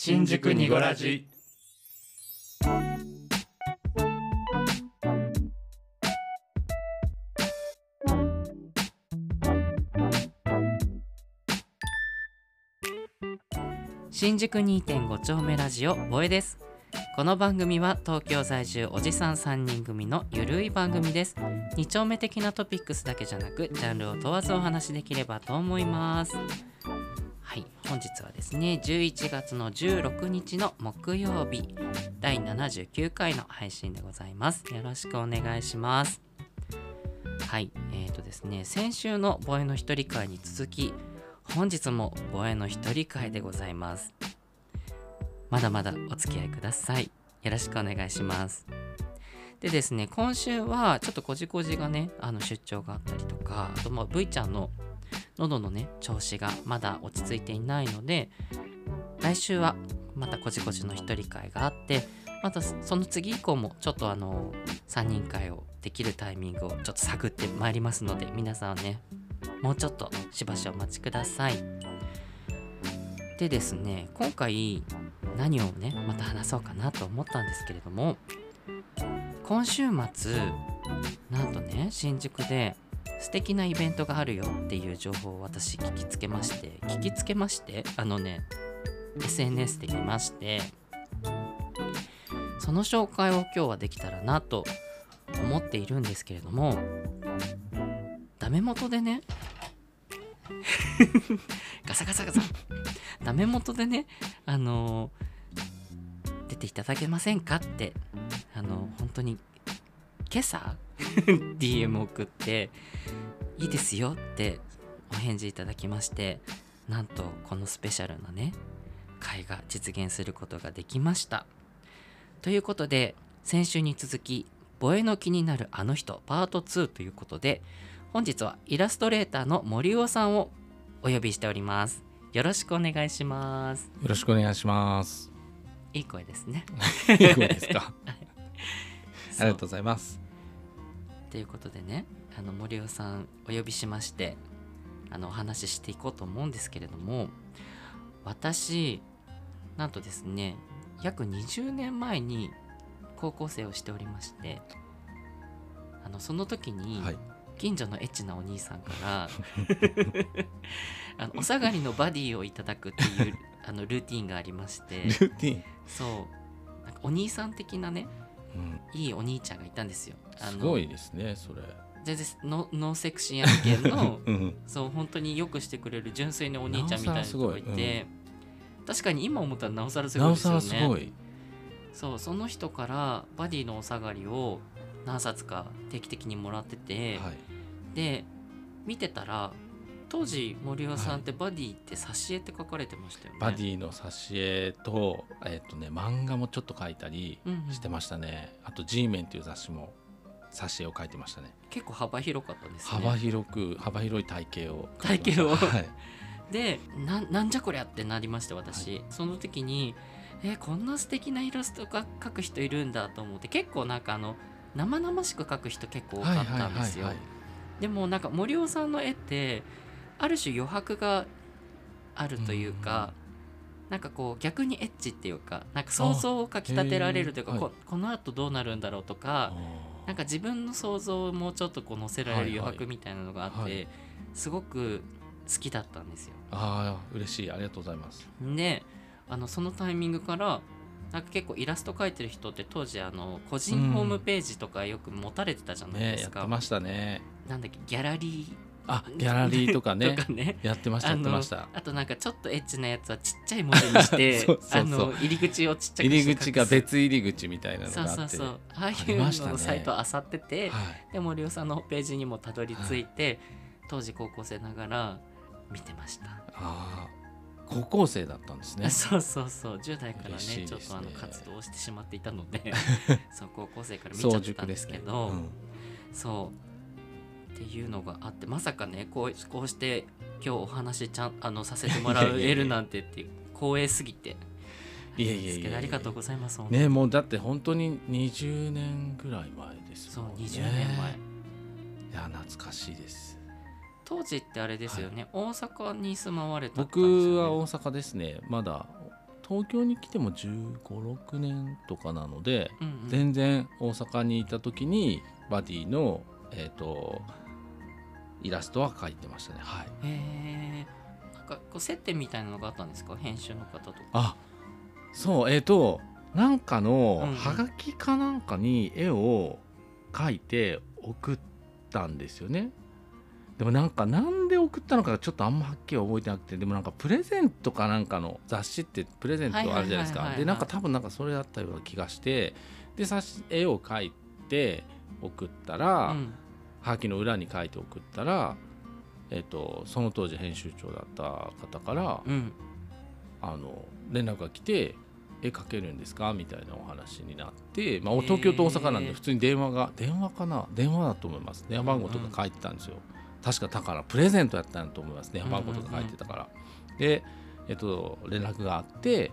新宿にごラジ。 新宿 2.5 丁目ラジオボエです。この番組は東京在住おじさん3人組のゆるい番組です。2丁目的なトピックスだけじゃなくジャンルを問わずお話できればと思います。はい、本日はですね11月の16日の木曜日第79回の配信でございます。よろしくお願いします。はい、ですね先週のボエの一人会に続き本日もボエの一人会でございます。まだまだお付き合いください。よろしくお願いします。でですね、今週はちょっとこじこじがね出張があったりとか、あとV ちゃんの喉のね調子がまだ落ち着いていないので、来週はまたこじこじの一人会があって、またその次以降もちょっと3人会をできるタイミングをちょっと探ってまいりますので、皆さんはねもうちょっとしばしお待ちください。でですね、今回何をねまた話そうかなと思ったんですけれども、今週末なんとね新宿で素敵なイベントがあるよっていう情報を私聞きつけまして SNS で見まして、その紹介を今日はできたらなと思っているんですけれども、ダメ元でねガサガサガサダメ元でね出ていただけませんかって本当に今朝DM を送っていいですよってお返事いただきまして、なんとこのスペシャルなね会が実現することができました。ということで先週に続きボエの気になるあの人パート2ということで、本日はイラストレーターの森尾さんをお呼びしております。よろしくお願いします。 よろしくお願いします。 いい声ですね。 いい声ですか。ありがとうございます。 ということでね、森尾さんお呼びしましてお話ししていこうと思うんですけれども、私なんとですね約20年前に高校生をしておりまして、その時に、はい、近所のエッチなお兄さんからお下がりのバディをいただくっていうルーティンがありまして、 ルーティン、 そうなんかお兄さん的なね、いいお兄ちゃんがいたんですよ。 すごいですねそれ。 全然ノーセクシー案件の、そう本当によくしてくれる純粋なお兄ちゃんみたいな人がいて、確かに今思ったらなおさらすごいですよね。なおさらすごい。そう、その人からバディのお下がりを何冊か定期的にもらってて、はい、で見てたら当時森尾さんってバディって挿絵って書かれてましたよね。 バディの挿絵と、漫画もちょっと書いたりしてましたね。あと G メンっていう雑誌も挿絵を書いてましたね。 結構幅広かったですね。 幅広い体型を、 はい、でなんじゃこりゃってなりまして、私、はい、その時にこんな素敵なイラストが描く人いるんだと思って、結構なんか生々しく描く人結構多かったんですよ。でもなんか森尾さんの絵ってある種余白があるというか、なんかこう逆にエッチっていうか、なんか想像をかきたてられるというか、この後どうなるんだろうとか、なんか自分の想像をもうちょっとこう乗せられる余白みたいなのがあって、すごく好きだったんですよ。 ああ嬉しい、ありがとうございます。 でそのタイミングからなんか結構イラスト描いてる人って当時個人ホームページとかよく持たれてたじゃないですか。 やってましたね。 なんだっけ、ギャラリーとかねやってました。 あとなんかちょっとエッチなやつはちっちゃい文字にして入り口をちっちゃくして入り口が別入り口みたいなのがあって、 そうああいうののサイトを漁ってて、で森尾さんのページにもたどり着いて、当時高校生ながら見てました。 高校生だったんですね。 そう10代からねちょっと活動をしてしまっていたのでそう高校生から見ちゃってたんですけど、そうっていうのがあって、まさかねこうして今日お話させてもらえるなんてっていう光栄すぎてありがとうございますね。もうだって本当に20年ぐらい前ですもんね。 そう20年前。いや懐かしいです。 当時ってあれですよね、大阪に住まわれたんですよね。 僕は大阪ですね。まだ東京に来ても15、6年とかなので、 うんうん、 全然大阪にいた時にバディの、イラストは描いてましたね。はい。 なんかこう接点みたいなのがあったんですか、編集の方とか。 あ、そうなんかのハガキかなんかに絵を描いて送ったんですよね。でもなんで送ったのかちょっとあんまはっきり覚えてなくて、でもなんかプレゼントかなんかの雑誌ってプレゼントあるじゃないですか。でなんか多分なんかそれだったような気がして、で絵を描いて送ったら、はがきの裏に書いて送ったら、その当時編集長だった方から、連絡が来て、絵描けるんですかみたいなお話になって、東京と大阪なんで普通に電話だと思います。電話番号とか書いてたんですよ。確かだからプレゼントやったんだと思います。電話番号とか書いてたから、で、連絡があって、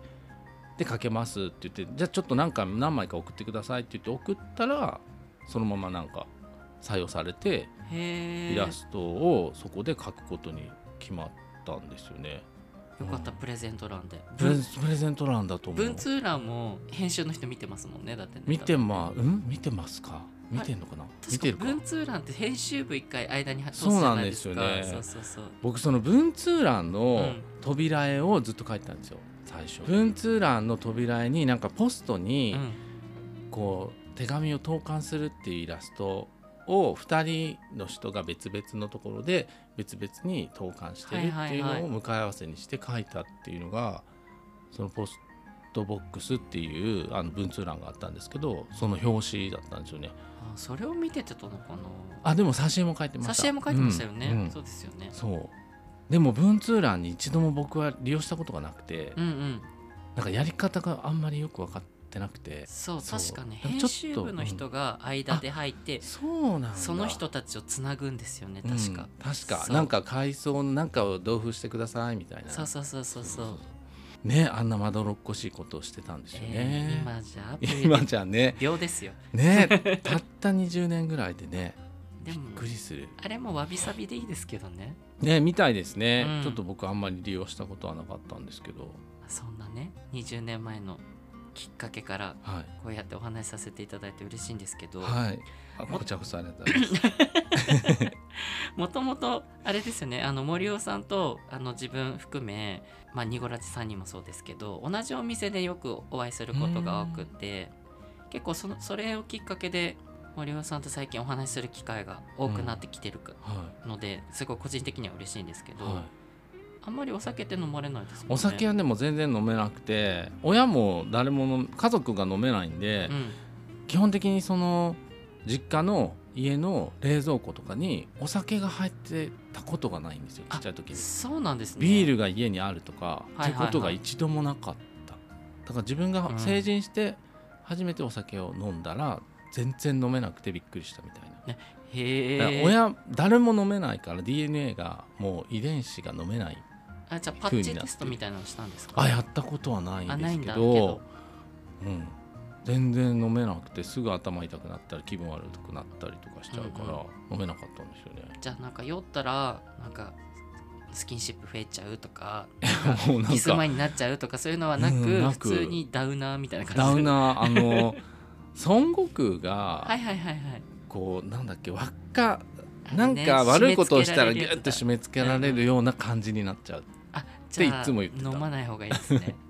で書けますって言って、じゃあちょっと何枚か送ってくださいって言って送ったら、そのままなんか採用されて、イラストをそこで描くことに決まったんですよね。 よかった、プレゼント欄で。 プレゼント欄だと思う。 文通欄も編集の人見てますもんね。だってね。見てますか。見てんのかな。見てるか。 文通欄って編集部一回間に通すじそうなんゃないですか。 ですよね。 そう僕その文通欄の扉絵をずっと描いてたんですよ。最初。文通欄の扉絵になんかポストにこう手紙を投函するっていうイラストを2人の人が別々のところで別々に投函してるっていうのを向かい合わせにして書いたっていうのが、そのポストボックスっていう文通欄があったんですけど、その表紙だったんですよね。 それを見てたのかな。 でも挿絵も書いてました。 挿絵も書いてましたよね。そうですよね。 そうでも文通欄に一度も僕は利用したことがなくて、なんかやり方があんまりよく分かってなくて。 そう確かに編集部の人が間で入って、 そうなんだ。 その人たちをつなぐんですよね。確かなんか階層のなんかを同封してくださいみたいな。 そうね、あんなまどろっこしいことをしてたんですよね。 今じゃね秒ですよね。たった20年ぐらいでね。びっくりする。 あれもわびさびでいいですけどね。 ね、みたいですね。ちょっと僕あんまり利用したことはなかったんですけど。 そんなね、20年前のきっかけからこうやってお話しさせていただいて嬉しいんですけど、 こちらこそありがとうございます。 もともとあれですよね、森尾さんと自分含め、ニゴラチさんにもそうですけど、同じお店でよくお会いすることが多くて、結構それをきっかけで森尾さんと最近お話しする機会が多くなってきてるので、すごい個人的には嬉しいんですけど、あんまりお酒って飲まれないですもんね。 お酒はでも全然飲めなくて、親も誰も家族が飲めないんで、基本的にその実家の家の冷蔵庫とかにお酒が入ってたことがないんですよ、ちっちゃい時に。 そうなんですね。 ビールが家にあるとかっていうことが一度もなかった。だから自分が成人して初めてお酒を飲んだら全然飲めなくてびっくりしたみたいな。親誰も飲めないから DNA がもう遺伝子が飲めない。 じゃあパッチテストみたいなのしたんですか？ やったことはないんですけど、全然飲めなくて、すぐ頭痛くなったり気分悪くなったりとかしちゃうから、飲めなかったんですよね。 じゃあなんか酔ったらなんかスキンシップ増えちゃうとかキスマイになっちゃうとかそういうのはなく、普通にダウナーみたいな感じで。 ダウナー孫悟空がこうなんだっけ、輪っかなんか悪いことをしたらギュッと締め付けられるような感じになっちゃうっていつも言ってた。 飲まない方がいいですね。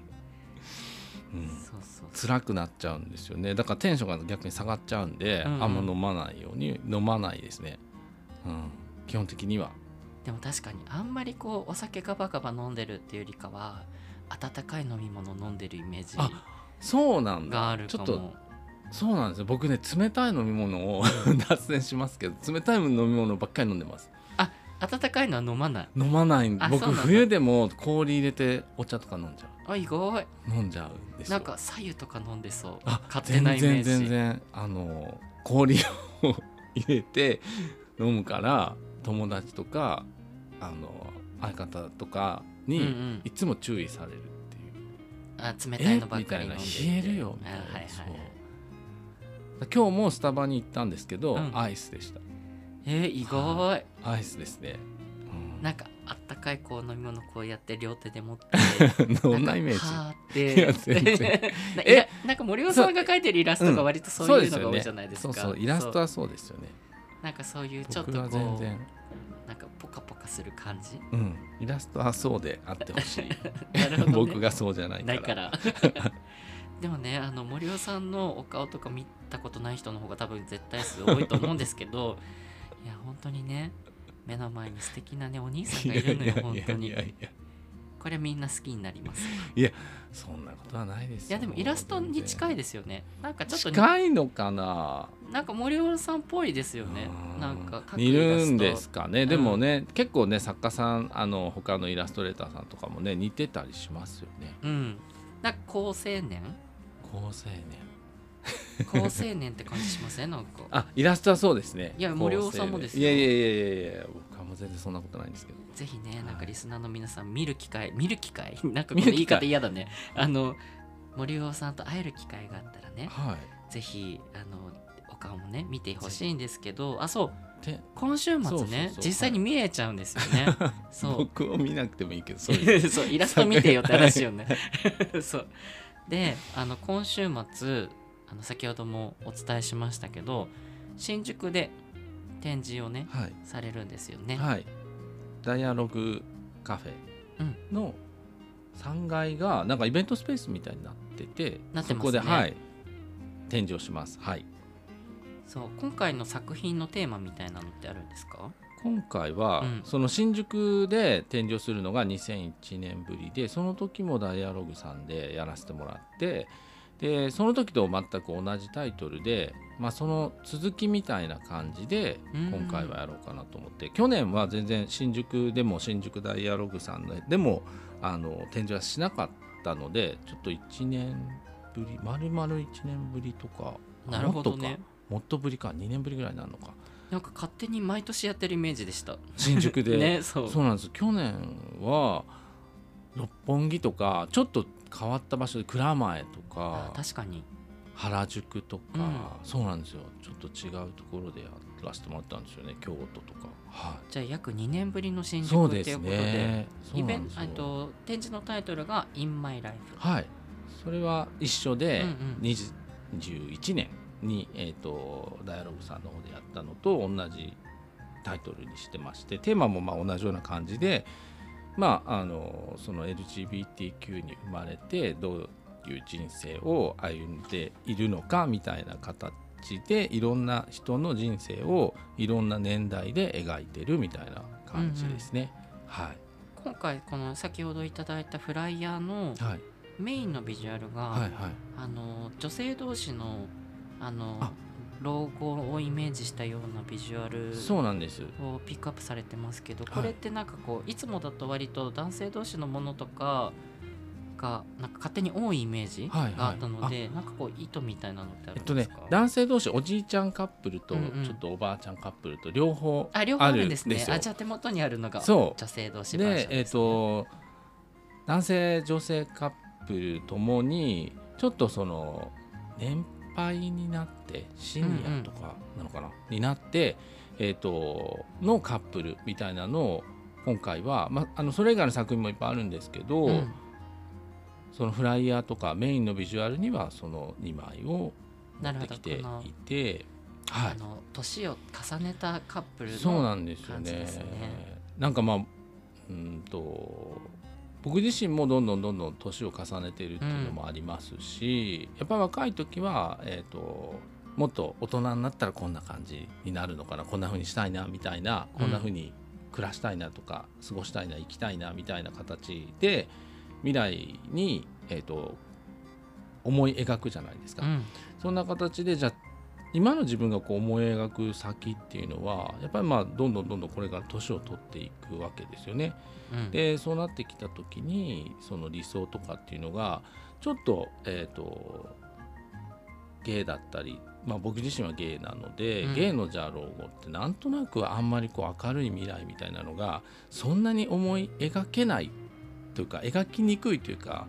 辛くなっちゃうんですよね。だからテンションが逆に下がっちゃうんで、あんま飲まないですね。基本的には。 でも確かにあんまりこうお酒ガバガバ飲んでるっていうよりかは温かい飲み物飲んでるイメージがあるかも。 そうなんだ。ちょっとそうなんですよ。僕ね、冷たい飲み物を脱線しますけど、冷たい飲み物ばっかり飲んでます。 温かいのは飲まないんで、僕冬でも氷入れてお茶とか飲んじゃう。 意外。 飲んじゃうんですよ。 なんか白湯とか飲んでそう。勝手なイメージ。 全然氷を入れて飲むから、友達とか相方とかにいつも注意されるっていう。 冷たいのばっかり飲んでみたいな、冷えるよみたいな。今日もスタバに行ったんですけど、アイスでした。 意外。 アイスですね。 なんかあったかいこう飲み物こうやって両手で持ってどんなイメージ？ はーっいや全然てなんか森尾さんが描いてるイラストが割とそういうのが多いじゃないですか。 そうイラストはそうですよね。 なんかそういうちょっと僕はこう全然なんかポカポカする感じ。 イラストはそうであってほしいなるほど、ね、 僕がそうじゃないからでもね森尾さんのお顔とか見たことない人の方が多分絶対数多いと思うんですけどいや本当にね目の前に素敵なねお兄さんがいるのよ。本当にこれみんな好きになります。 いやそんなことはないですよ。 いやでもイラストに近いですよね。なんかちょっと近いのかな。 なんか森尾さんっぽいですよね。なんか描く似イラストるんですかね。でもね、結構ね作家さん他のイラストレーターさんとかもね似てたりしますよね。 なんか高青年って感じしません？なんかイラストはそうですね。 いや森尾さんもですよ。 いや僕はもう全然そんなことないんですけど。 ぜひねなんかリスナーの皆さん見る機会なんかこの言い方嫌だね。森尾さんと会える機会があったらね、ぜひお顔もね見てほしいんですけど、そう今週末ね実際に見えちゃうんですよね。そう僕を見なくてもいいけどそうイラスト見てよって話よね。そうで今週末先ほどもお伝えしましたけど新宿で展示をね、されるんですよね。 ダイアログカフェの3階がなんかイベントスペースみたいになってて、そこで展示をします。 そう今回の作品のテーマみたいなのってあるんですか？ 今回は、その新宿で展示をするのが2001年ぶりで、その時もダイアログさんでやらせてもらって、でその時と全く同じタイトルで、その続きみたいな感じで今回はやろうかなと思って、去年は全然新宿でも新宿ダイアログさんでも展示はしなかったので、ちょっと1年ぶり丸々1年ぶりとか、 なるほどね、 もっとぶりか2年ぶりぐらいになるのか、 なんか勝手に毎年やってるイメージでした新宿で、 ね、 そうなんです。去年は六本木とかちょっと変わった場所で蔵前とか、 確かに原宿とか、そうなんですよ。ちょっと違うところでやらせてもらったんですよね。京都とか、 じゃあ約2年ぶりの新宿っていうことで、 イベント展示のタイトルが In My Life。 それは一緒で、2021年に、ダイアログさんの方でやったのと同じタイトルにしてまして、テーマも同じような感じで、その LGBTQ に生まれてどういう人生を歩んでいるのかみたいな形で、いろんな人の人生をいろんな年代で描いてるみたいな感じですね。 今回この先ほどいただいたフライヤーのメインのビジュアルが、女性同士の老後をイメージしたようなビジュアルをピックアップされてますけど、これってなんかこういつもだと割と男性同士のものとかがなんか勝手に多いイメージがあったので、なんかこう意図みたいなのってあるんですか？ 男性同士、おじいちゃんカップルとちょっとおばあちゃんカップルと両方あるんですね。 じゃあ手元にあるのが女性同士バージョンですね。 男性女性カップルともにちょっとその年配になってシニアとかなのかな、になって、のカップルみたいなのを今回は、それ以外の作品もいっぱいあるんですけど、そのフライヤーとかメインのビジュアルにはその2枚を持ってきていて、 年を重ねたカップルのそうなんですよ感じですね。 なんか僕自身もどんどん年を重ねているっていうのもありますし、やっぱり若い時は、もっと大人になったらこんな感じになるのかな、こんな風にしたいなみたいな、こんな風に暮らしたいなとか過ごしたいな、生きたいなみたいな形で未来に、思い描くじゃないですか、そんな形でじゃあ今の自分がこう思い描く先っていうのはやっぱりどんどんこれから年を取っていくわけですよね。でそうなってきた時にその理想とかっていうのがちょっと、ゲイだったり、僕自身はゲイなので、ゲイのじゃあ老後ってなんとなくあんまりこう明るい未来みたいなのがそんなに思い描けないというか、描きにくいというか、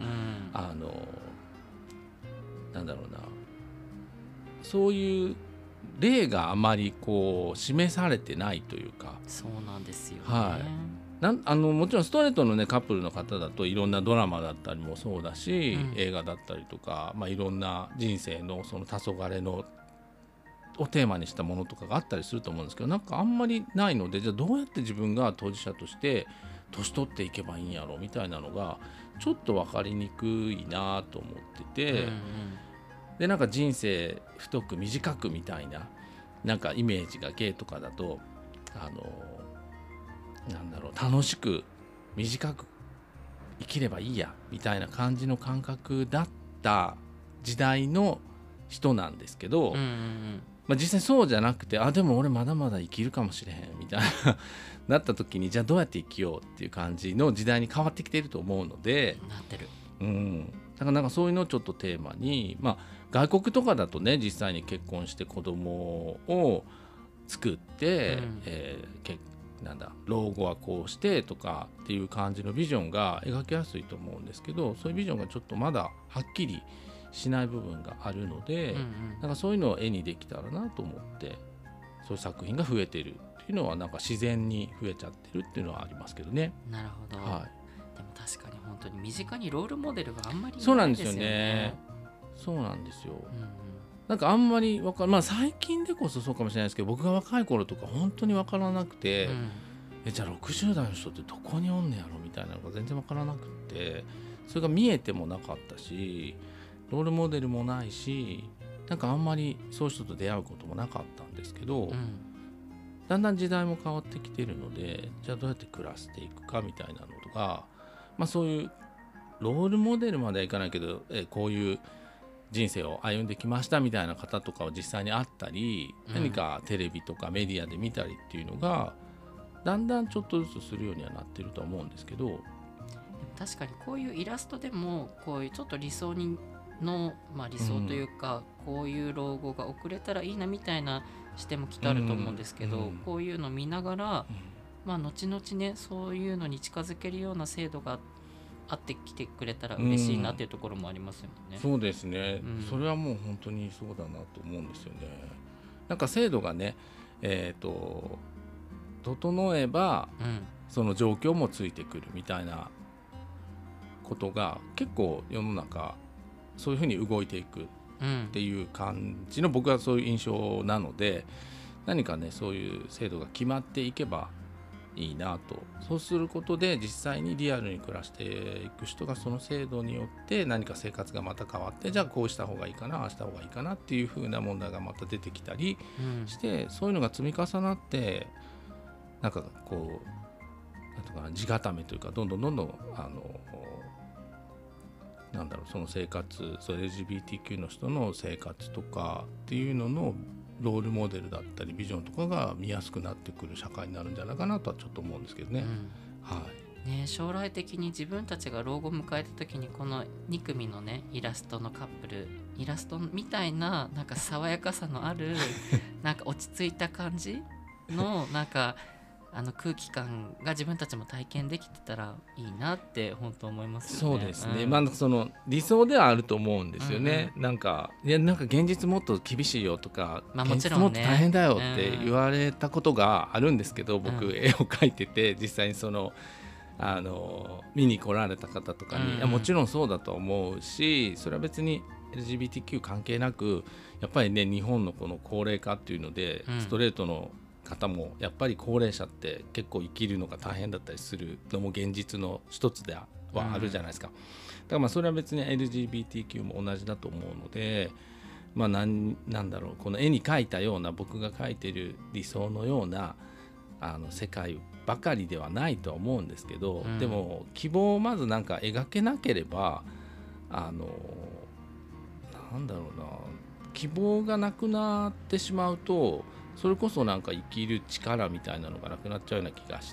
なんだろうな、そういう例があまりこう示されてないというか。 そうなんですよね。 もちろんストレートのねカップルの方だといろんなドラマだったりもそうだし、映画だったりとか、いろんな人生のその黄昏のをテーマにしたものとかがあったりすると思うんですけど、なんかあんまりないので、じゃあどうやって自分が当事者として年取っていけばいいんやろみたいなのがちょっと分かりにくいなと思ってて、でなんか人生太く短くみたいななんかイメージがゲイとかだとなんだろう、楽しく短く生きればいいやみたいな感じの感覚だった時代の人なんですけど、実際そうじゃなくて、でも俺まだまだ生きるかもしれへんみたいななった時に、じゃあどうやって生きようっていう感じの時代に変わってきていると思うので、 なってる、 だからなんかそういうのをちょっとテーマに、外国とかだとね実際に結婚して子供を作って、老後はこうしてとかっていう感じのビジョンが描きやすいと思うんですけど、そういうビジョンがちょっとまだはっきりしない部分があるので、なんかそういうのを絵にできたらなと思って、そういう作品が増えてるっていうのはなんか自然に増えちゃってるっていうのはありますけどね。 なるほど、でも確かに本当に身近にロールモデルがあんまりいないですよね。 そうなんですよね。そうなんですよ、なんかあんまり最近でこそそうかもしれないですけど、僕が若い頃とか本当に分からなくて、じゃあ60代の人ってどこにおんねやろみたいなのが全然分からなくて、それが見えてもなかったし、ロールモデルもないし、なんかあんまりそういう人と出会うこともなかったんですけど、だんだん時代も変わってきてるので、じゃあどうやって暮らしていくかみたいなのとか、そういうロールモデルまではいかないけど、こういう人生を歩んできましたみたいな方とかを実際に会ったり、何かテレビとかメディアで見たりっていうのがだんだんちょっとずつするようにはなってるとは思うんですけど、 確かにこういうイラストでもこういうちょっと理想の、理想というか、こういう老後が遅れたらいいなみたいな視点もきっとあると思うんですけど、こういうのを見ながら、後々ねそういうのに近づけるような制度があってきてくれたら嬉しいなっていうところもありますよね。 そうですね、それはもう本当にそうだなと思うんですよね。なんか制度がね、整えば、その状況もついてくるみたいなことが結構世の中そういうふうに動いていくっていう感じの、僕はそういう印象なので、何かねそういう制度が決まっていけばいいなと。そうすることで実際にリアルに暮らしていく人がその制度によって何か生活がまた変わって、じゃあこうした方がいいかな、ああした方がいいかなっていう風な問題がまた出てきたりして、そういうのが積み重なってなんかこうなんとか地固めというか、どんどんその生活、その LGBTQ の人の生活とかっていうののロールモデルだったりビジョンとかが見やすくなってくる社会になるんじゃないかなとはちょっと思うんですけどね。 将来的に自分たちが老後を迎えた時にこの2組のねイラストのカップル、イラストみたいななんか爽やかさのあるなんか落ち着いた感じのなんか空気感が自分たちも体験できてたらいいなって本当思いますよね。 そうですね、その理想ではあると思うんですよね。なんか現実もっと厳しいよとか、現実もっと大変だよって言われたことがあるんですけど、僕絵を描いてて実際にその見に来られた方とかに、もちろんそうだと思うし、それは別に LGBTQ 関係なく、やっぱりね日本のこの高齢化っていうので、ストレートの方もやっぱり高齢者って結構生きるのが大変だったりするのも現実の一つではあるじゃないですか。だからそれは別に LGBTQ も同じだと思うので、なんだろう、この絵に描いたような、僕が描いてる理想のような世界ばかりではないとは思うんですけど、でも希望をまずなんか描けなければなんだろうな、希望がなくなってしまうと、それこそなんか生きる力みたいなのがなくなっちゃうような気がして、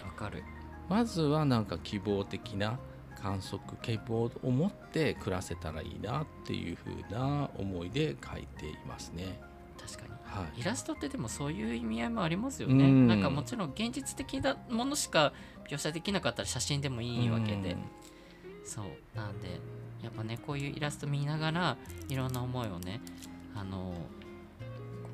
わかる。 まずはなんか希望的な観測、希望を持って暮らせたらいいなっていう風な思いで描いていますね。 確かに、イラストってでもそういう意味合いもありますよね。なんかもちろん現実的なものしか描写できなかったら写真でもいいわけで、そうなんでやっぱねこういうイラスト見ながらいろんな思いをね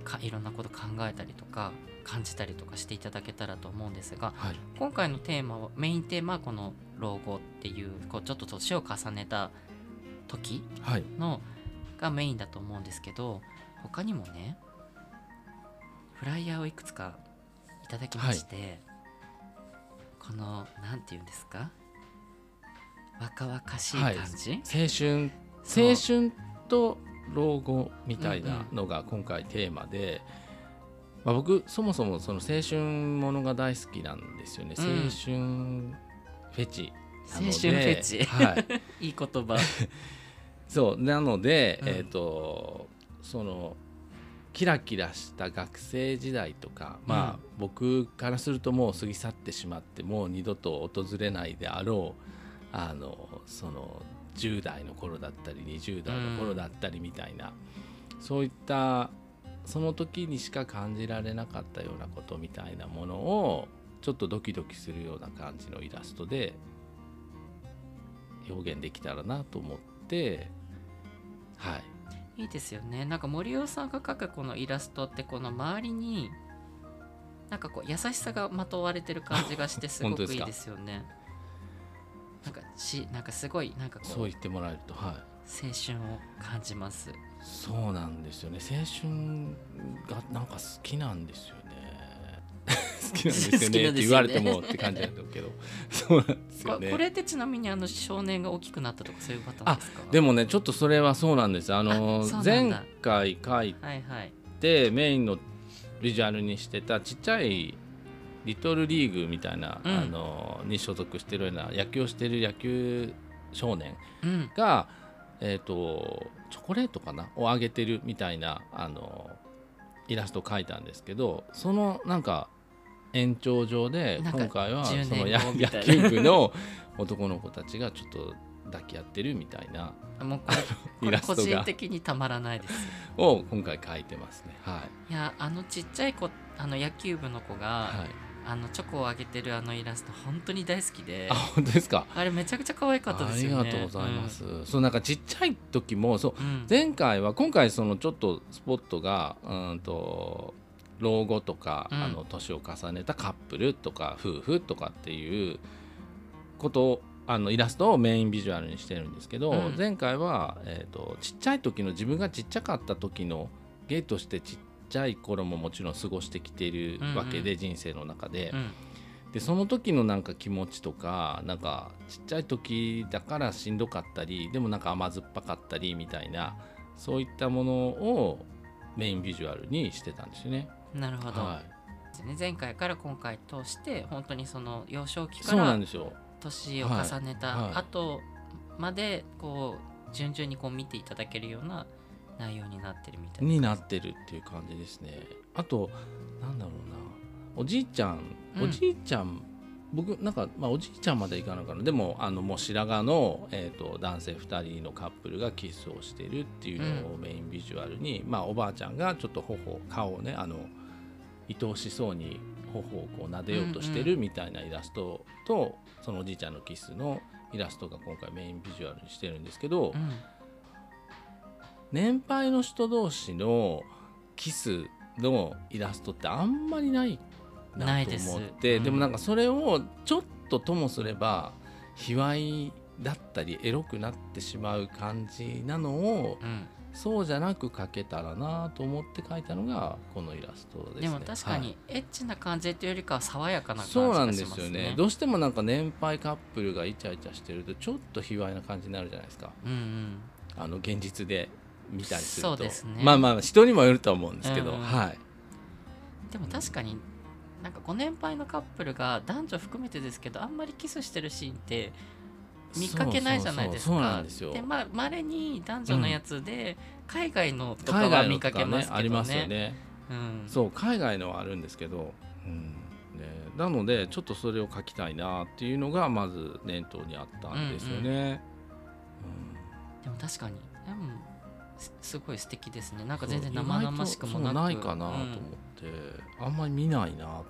いろんなこと考えたりとか感じたりとかしていただけたらと思うんですが、 はい、 今回のテーマはメインテーマはこの老後っていう、こうちょっと年を重ねた時はい、 のがメインだと思うんですけど、他にもねフライヤーをいくつかいただきまして、このなんていうんですか、若々しい感じ、 青春と老後みたいなのが今回テーマで、僕そもそもその青春ものが大好きなんですよね。青春フェチなので、 青春フェチ、 はい、 いい言葉そうなので、そのキラキラした学生時代とか、僕からするともう過ぎ去ってしまってもう二度と訪れないであろうその10代の頃だったり20代の頃だったりみたいな、そういったその時にしか感じられなかったようなことみたいなものをちょっとドキドキするような感じのイラストで表現できたらなと思って、はい、 いいですよね。なんか森尾さんが描くこのイラストって、この周りになんかこう優しさがまとわれてる感じがしてすごくいいですよね。なんかすごいなんかこうそう言ってもらえると、はい、 青春を感じます。 そうなんですよね。青春がなんか好きなんですよね好きなんですよねって言われてもって感じだけどそうなんですよね。 これってちなみに少年が大きくなったとかそういうパターンですか？ でもねちょっとそれはそうなんです。前回書いてメインのビジュアルにしてたちっちゃいリトルリーグみたいな、に所属してるような野球をしてる野球少年が、チョコレートかなをあげてるみたいなイラストを描いたんですけど、そのなんか延長上で今回はその野球部の男の子たちがちょっと抱き合ってるみたいなもうこれ個人的にたまらないですを今回描いてますね。はい、 いやちっちゃい子野球部の子が、はい、チョコをあげてるイラスト本当に大好きで。 本当ですか？ あれめちゃくちゃ可愛かったですよね。 ありがとうございます。そうなんかちっちゃい時もそう、前回は今回そのちょっとスポットが老後とか、年を重ねたカップルとか夫婦とかっていうことをイラストをメインビジュアルにしてるんですけど、前回は、ちっちゃい時の自分がちっちゃかった時のゲイとしてちっちゃい頃ももちろん過ごしてきているわけで、人生の中で、でその時のなんか気持ちとか、なんかちっちゃい時だからしんどかったりでもなんか甘酸っぱかったりみたいな、そういったものをメインビジュアルにしてたんですよね。 なるほど、はい、前回から今回通して本当にその幼少期かそうならんですよ、 年を重ねた後までこう順々にこう見ていただけるような内容になってるみたいなになってるっていう感じですね。あとなんだろうな、おじいちゃん、僕なんか、おじいちゃんまでいかないかな、でももう白髪の、男性2人のカップルがキスをしているっていうのをメインビジュアルに、おばあちゃんがちょっと顔をね愛おしそうに頬をこう撫でようとしてるみたいなイラストと、そのおじいちゃんのキスのイラストが今回メインビジュアルにしてるんですけど、年配の人同士のキスのイラストってあんまりないなと思って、でもなんかそれをちょっとともすれば卑猥だったりエロくなってしまう感じなのを、そうじゃなく描けたらなと思って描いたのがこのイラストですね。 でも確かにエッチな感じというよりかは爽やかな感じそうながしますね。 んですよね。どうしてもなんか年配カップルがイチャイチャしてるとちょっと卑猥な感じになるじゃないですか、現実で見たりすると。 そうですね、 人にもよると思うんですけど、はい。 でも確かになんかご年配のカップルが男女含めてですけどあんまりキスしてるシーンって見かけないじゃないですか。 そうなんですよ。 で稀に男女のやつで、海外のとかは見かけますけどね。 ありますよね、そう海外のはあるんですけど、なのでちょっとそれを描きたいなっていうのがまず念頭にあったんですよね。 でも確かにすごい素敵ですね。なんか全然生々しくもなくないかなと思って、あんまり見ないなと思って。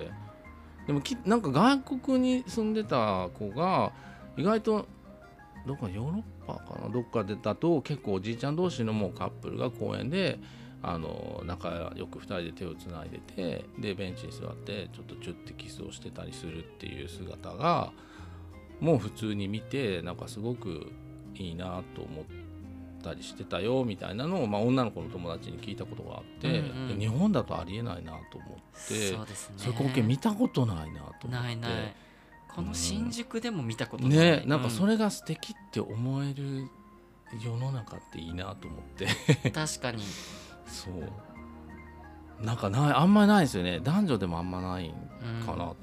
でもなんか外国に住んでた子が意外とどっかヨーロッパかな、どっかでだと結構おじいちゃん同士のもうカップルが公園で仲良く2人で手をつないでて、でベンチに座ってちょっとチュッてキスをしてたりするっていう姿がもう普通に見てなんかすごくいいなと思ったりしてたよみたいなのを、女の子の友達に聞いたことがあって、で日本だとありえないなと思って、 そうですね、 そういう光景見たことないなと思って。 ないこの新宿でも見たことない、 なんかそれが素敵って思える世の中っていいなと思って確かにそうなんかあんまりないですよね。男女でもあんまないかなと思って、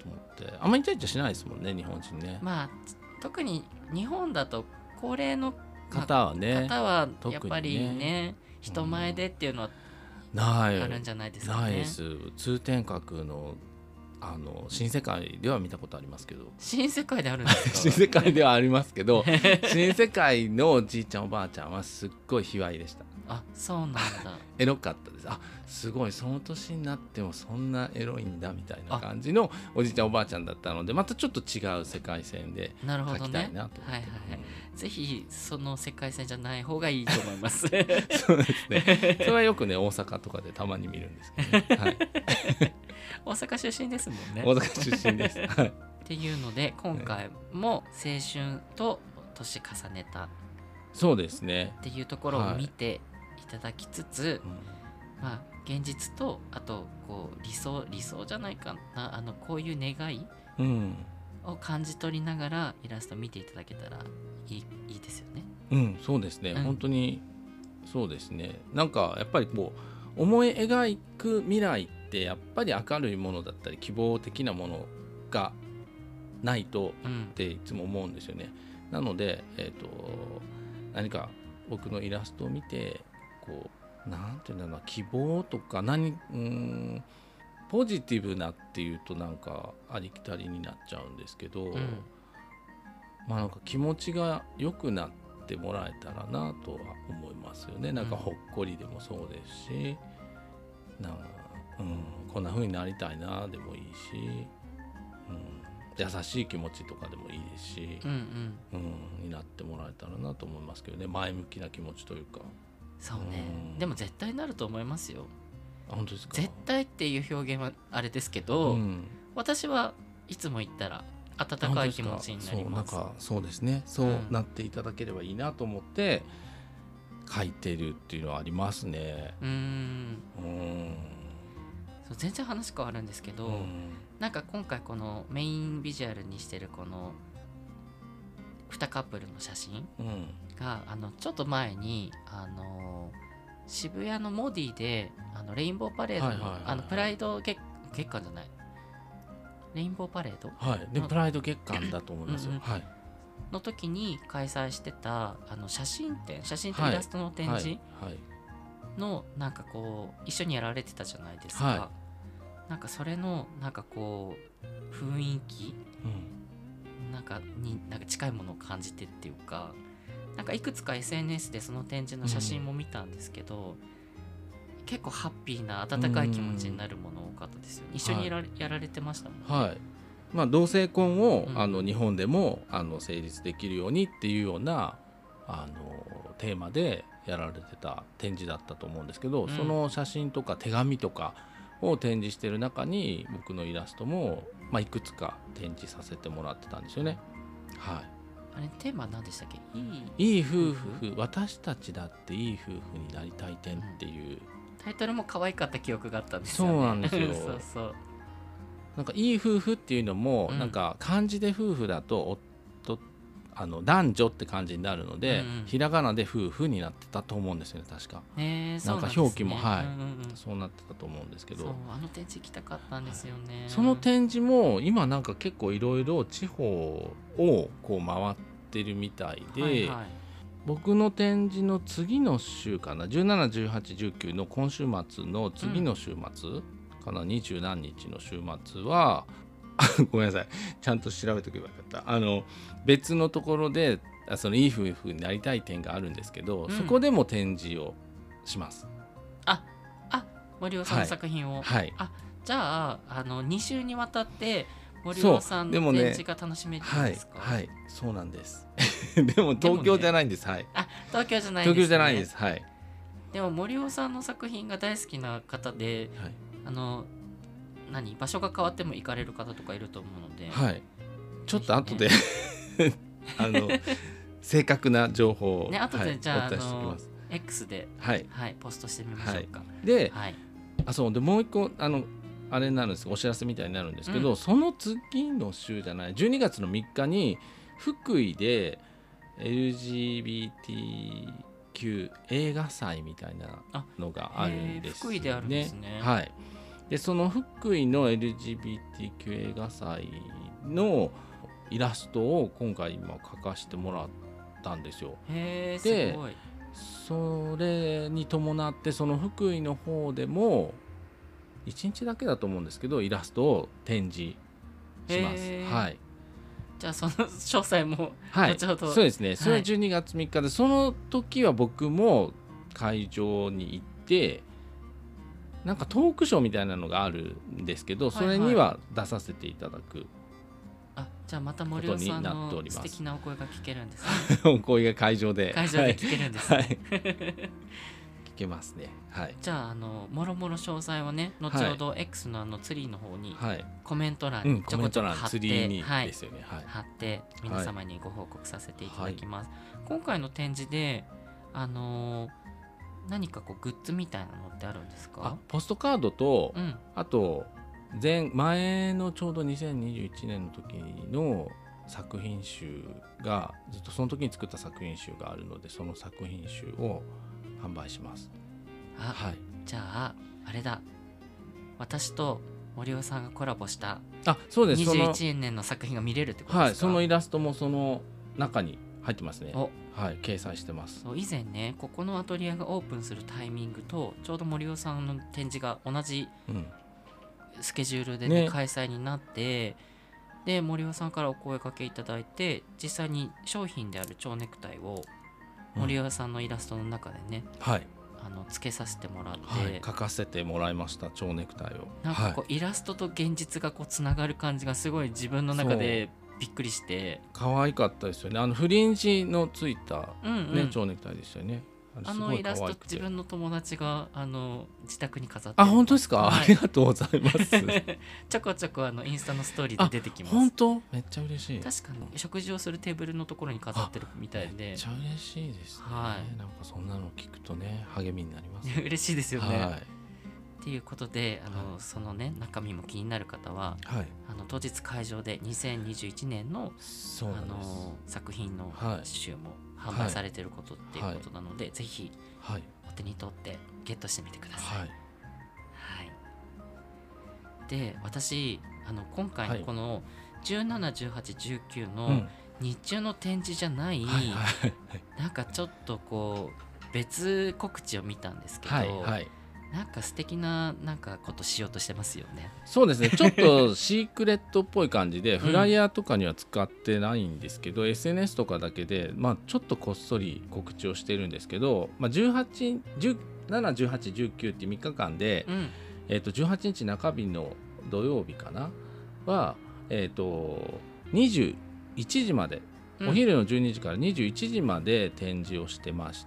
あんまりイチャイチャしないですもんね日本人ね。 特に日本だと高齢の方はやっぱりね人前でっていうのはあるんじゃないですかね。 ないです。通天閣の新世界では見たことありますけど。 新世界であるんですか新世界ではありますけど新世界のおじいちゃんおばあちゃんはすっごい卑猥でした。 あ、そうなんだエロかったです。すごいその年になってもそんなエロいんだみたいな感じのおじいちゃんおばあちゃんだったので、またちょっと違う世界線で描きたいなと思って、 ぜひその世界線じゃない方がいいと思いますそうですね。それはよくね大阪とかでたまに見るんですけど、ねはい、 大阪出身ですもんね。 大阪出身です、はい、 っていうので今回も青春と年重ねたそうですねっていうところを見ていただきつつ、現実とあとこう理想じゃないかな、こういう願いを感じ取りながらイラスト見ていただけたらいいですよね。 そうですね、本当にそうですね。なんかやっぱりこう思い描く未来ってやっぱり明るいものだったり希望的なものがないとっていつも思うんですよね。なので、何か僕のイラストを見てこうなんていうんだろうな、希望とかポジティブなっていうとなんかありきたりになっちゃうんですけど、なんか気持ちが良くなってもらえたらなとは思いますよね。なんかほっこりでもそうですし、こんな風になりたいなでもいいし、優しい気持ちとかでもいいですし、になってもらえたらなと思いますけどね。前向きな気持ちというか。 そうね、でも絶対なると思いますよ。 本当ですか？ 絶対っていう表現はあれですけど、私はいつも言ったら温かい気持ちになります。 そうですね、そうなっていただければいいなと思って書いてるっていうのはありますね。 そう全然話変わるんですけど、なんか今回このメインビジュアルにしてるこの2カップルの写真が、ちょっと前に渋谷のモディでレインボーパレードのプライド月間じゃないレインボーパレード、 でプライド月間だと思いますよ。 の時に開催してた写真とイラストの展示のなんかこう一緒にやられてたじゃないですか。なんかそれのなんかこう雰囲気、なんか近いものを感じてっていうか、なんかいくつか SNS でその展示の写真も見たんですけど、結構ハッピーな温かい気持ちになるもの多かったですよ。一緒にやられてましたもんね。 同性婚を、日本でも成立できるようにっていうようなテーマでやられてた展示だったと思うんですけど、その写真とか手紙とかを展示してる中に僕のイラストも、いくつか展示させてもらってたんですよね。 あれテーマ何でしたっけ？ いい夫婦、私たちだっていい夫婦になりたい点っていう、 タイトルも可愛かった記憶があったんですよね。 そうなんですよそうなんかいい夫婦っていうのも、なんか漢字で夫婦だと男女って感じになるので、ひらがなで夫婦になってたと思うんですよね確か。なんか表記もそうなってたと思うんですけど、 展示行きたかったんですよね。 その展示も今なんか結構いろいろ地方をこう回ってるみたいで、僕の展示の次の週かな、17、18、19の今週末の次の週末かな、20何日の週末はごめんなさい、ちゃんと調べとけばよかった。別のところでそのいい夫婦になりたい点があるんですけど、そこでも展示をします。 森尾さんの作品を、じゃあ2週にわたって森尾さんの展示が楽しめるんですか？ そうなんですでも東京じゃないんです。東京じゃないです、ね、 東京じゃないです。 でも森尾さんの作品が大好きな方で、 はい場所が変わっても行かれる方とかいると思うので、 はい、ちょっと後で正確な情報を、 ね、後でじゃあ、 お伝えしておきます。 X で、 はいポストしてみましょうか。 で、 はい、 そうでもう一個あれになるんですお知らせみたいになるんですけど、その次の週じゃない12月の3日に福井で LGBTQ 映画祭みたいなのがあるんですね。 福井であるんですね。 はい、でその福井の LGBTQ 映画祭のイラストを今回今描かせてもらったんですよ。 へー、 ですごい。 それに伴ってその福井の方でも1日だけだと思うんですけどイラストを展示します。はい、 じゃあその詳細も後ほど、 そうですね。それは12月3日で、その時は僕も会場に行ってなんかトークショーみたいなのがあるんですけど、それには出させていただく、 じゃあまた森尾さんの素敵なお声が聞けるんですね。 お声が会場で聞けるんですね。 聞けますね。はい、 じゃあもろもろ詳細はね後ほど X のツリーの方にコメント欄にちょこちょこ貼って、 ですよね。 貼って皆様にご報告させていただきます。今回の展示で何かグッズみたいなのってあるんですか？ ポストカードと、あと前のちょうど2021年の時の作品集がずっとその時に作った作品集があるのでその作品集を販売します。 じゃああれだ、私と森尾さんがコラボしたそうです 21年の作品が見れるってことですか？ そのイラストもその中に入ってますね。掲載してます。 以前ねここのアトリエがオープンするタイミングとちょうど森尾さんの展示が同じスケジュールで、開催になって、で森尾さんからお声掛けいただいて実際に商品である蝶ネクタイを森尾さんのイラストの中でね、つけさせてもらって、 描かせてもらいました蝶ネクタイを。 なんかイラストと現実がつながる感じがすごい自分の中でびっくりして可愛かったですよね。フリンジのついた、蝶ネクタイでしたよね。 イラスト自分の友達が自宅に飾って本当ですか？ありがとうございますちょこちょこインスタのストーリーで出てきます。 本当？めっちゃ嬉しい。 確かに食事をするテーブルのところに飾ってるみたいでめっちゃ嬉しいですね。なんかそんなの聞くとね励みになりますね。嬉しいですよね。っていうことでそのね中身も気になる方は、当日会場で2021年の作品の集も販売されていることっていうことなので、ぜひお手に取ってゲットしてみてください。で私今回のこの17、18、19の日中の展示じゃないなんかちょっと別告知を見たんですけど、なんか素敵なことしようとしてますよね。 そうですね。ちょっとシークレットっぽい感じでフライヤーとかには使ってないんですけど、SNS とかだけでちょっとこっそり告知をしてるんですけど、17、18、19って3日間で、18日中日の土曜日かなは、21時まで。お昼の12時から21時まで展示をしてまして、